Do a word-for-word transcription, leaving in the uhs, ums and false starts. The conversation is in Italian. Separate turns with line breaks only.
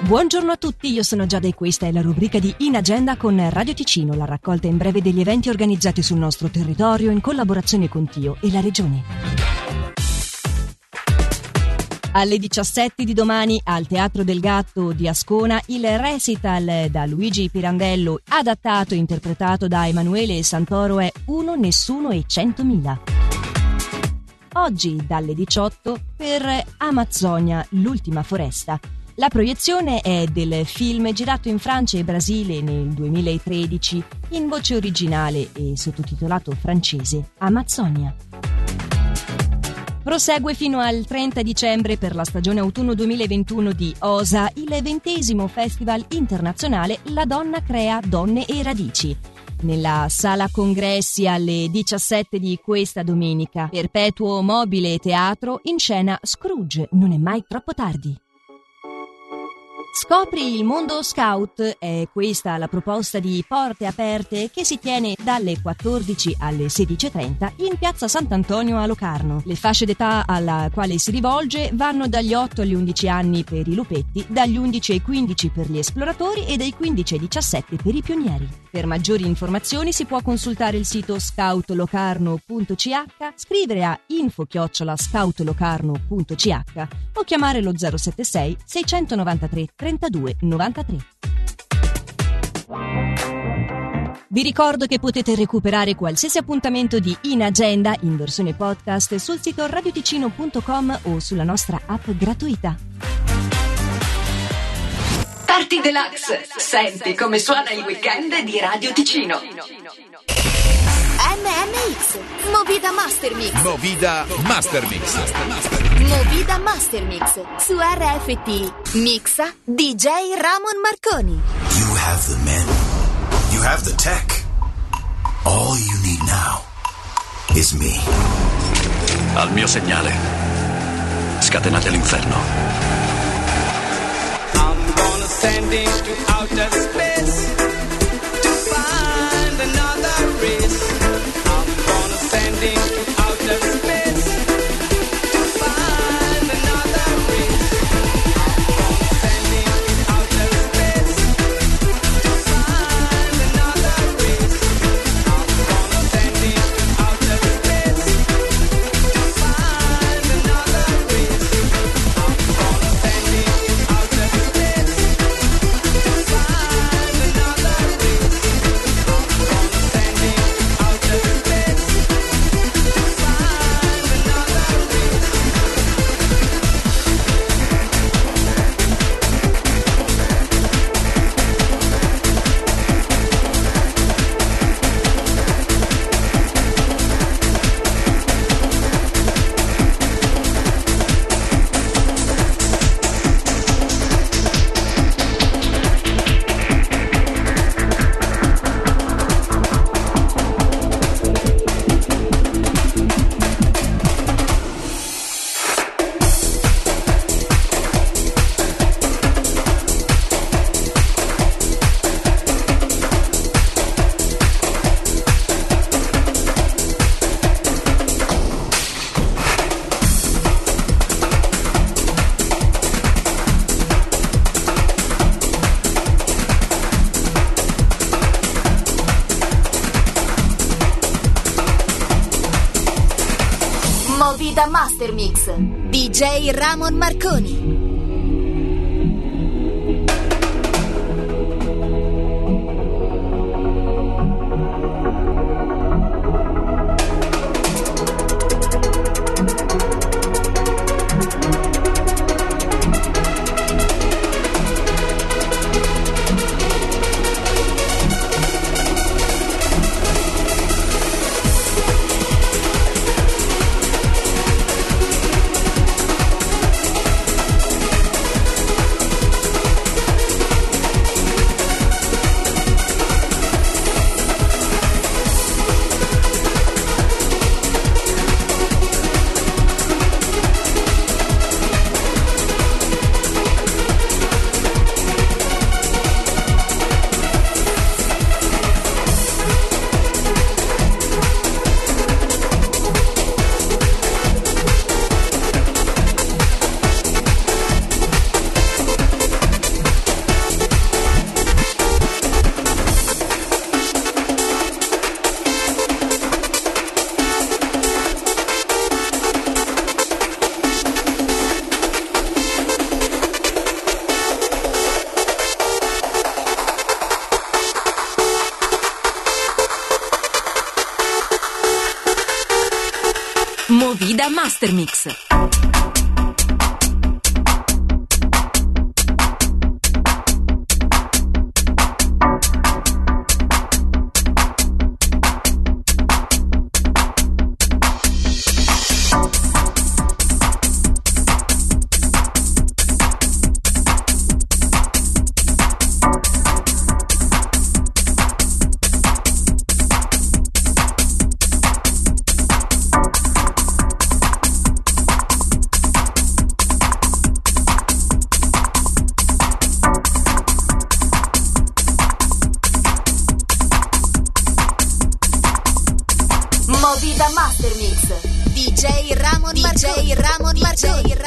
Buongiorno a tutti, io sono Giada e questa è la rubrica di In Agenda con Radio Ticino, la raccolta in breve degli eventi organizzati sul nostro territorio in collaborazione con Tio e la Regione. Alle diciassette di domani al Teatro del Gatto di Ascona il recital da Luigi Pirandello, adattato e interpretato da Emanuele Santoro, è Uno, Nessuno e Centomila. Oggi dalle diciotto per Amazzonia, l'ultima foresta. La proiezione è del film girato in Francia e Brasile nel duemilatredici in voce originale e sottotitolato francese Amazzonia. Prosegue fino al trenta dicembre per la stagione autunno duemilaventuno di OSA il ventesimo Festival internazionale La Donna Crea Donne e Radici. Nella sala congressi alle diciassette di questa domenica, Perpetuo Mobile Teatro in scena Scrooge, non è mai troppo tardi. Scopri il mondo scout, è questa la proposta di Porte Aperte che si tiene dalle quattordici alle sedici e trenta in piazza Sant'Antonio a Locarno. Le fasce d'età alla quale si rivolge vanno dagli otto agli undici anni per i lupetti, dagli undici ai quindici per gli esploratori e dai quindici ai diciassette per i pionieri. Per maggiori informazioni si può consultare il sito scout locarno punto c h, scrivere a info chiocciola scout locarno punto c h o chiamare lo zero sette sei sei nove tre trentadue novantatré. Vi ricordo che potete recuperare qualsiasi appuntamento di In Agenda in versione podcast sul sito radioticino punto com o sulla nostra app gratuita.
Party Deluxe, senti come suona il weekend di Radio Ticino.
M M X, Movida Master Mix.
Movida Master Mix.
Movida Master Mix su R F T. Mixa D J Ramon Marconi.
You have the men. You have the tech. All you need now is me.
Al mio segnale, scatenate l'inferno.
I'm gonna send it to outer space to find another race. I'm gonna send it to outer space to find another race. I'm gonna send it to outer space to find another race. I'm gonna send it to outer space to find another race. I'm gonna send it to outer space to find another race. I'm gonna send it to outer space to find another race.
Movida Master Mix. D J Ramon Marconi. Movida Master Mix. Movida Master Mix. D J Ramon Marconi. D J Ramon Marconi.